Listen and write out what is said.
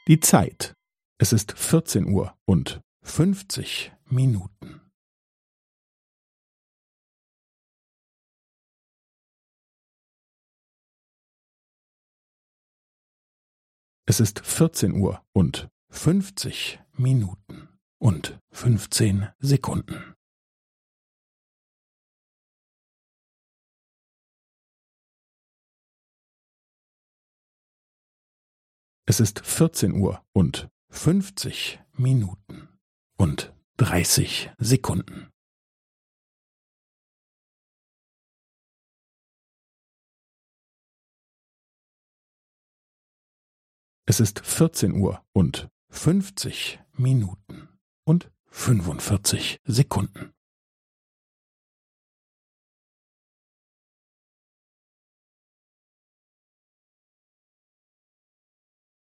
Die Zeit. Es ist 14:50. Es ist 14:50 und 15 Sekunden. Es ist 14:50 und 30 Sekunden. Es ist 14:50 und 45 Sekunden.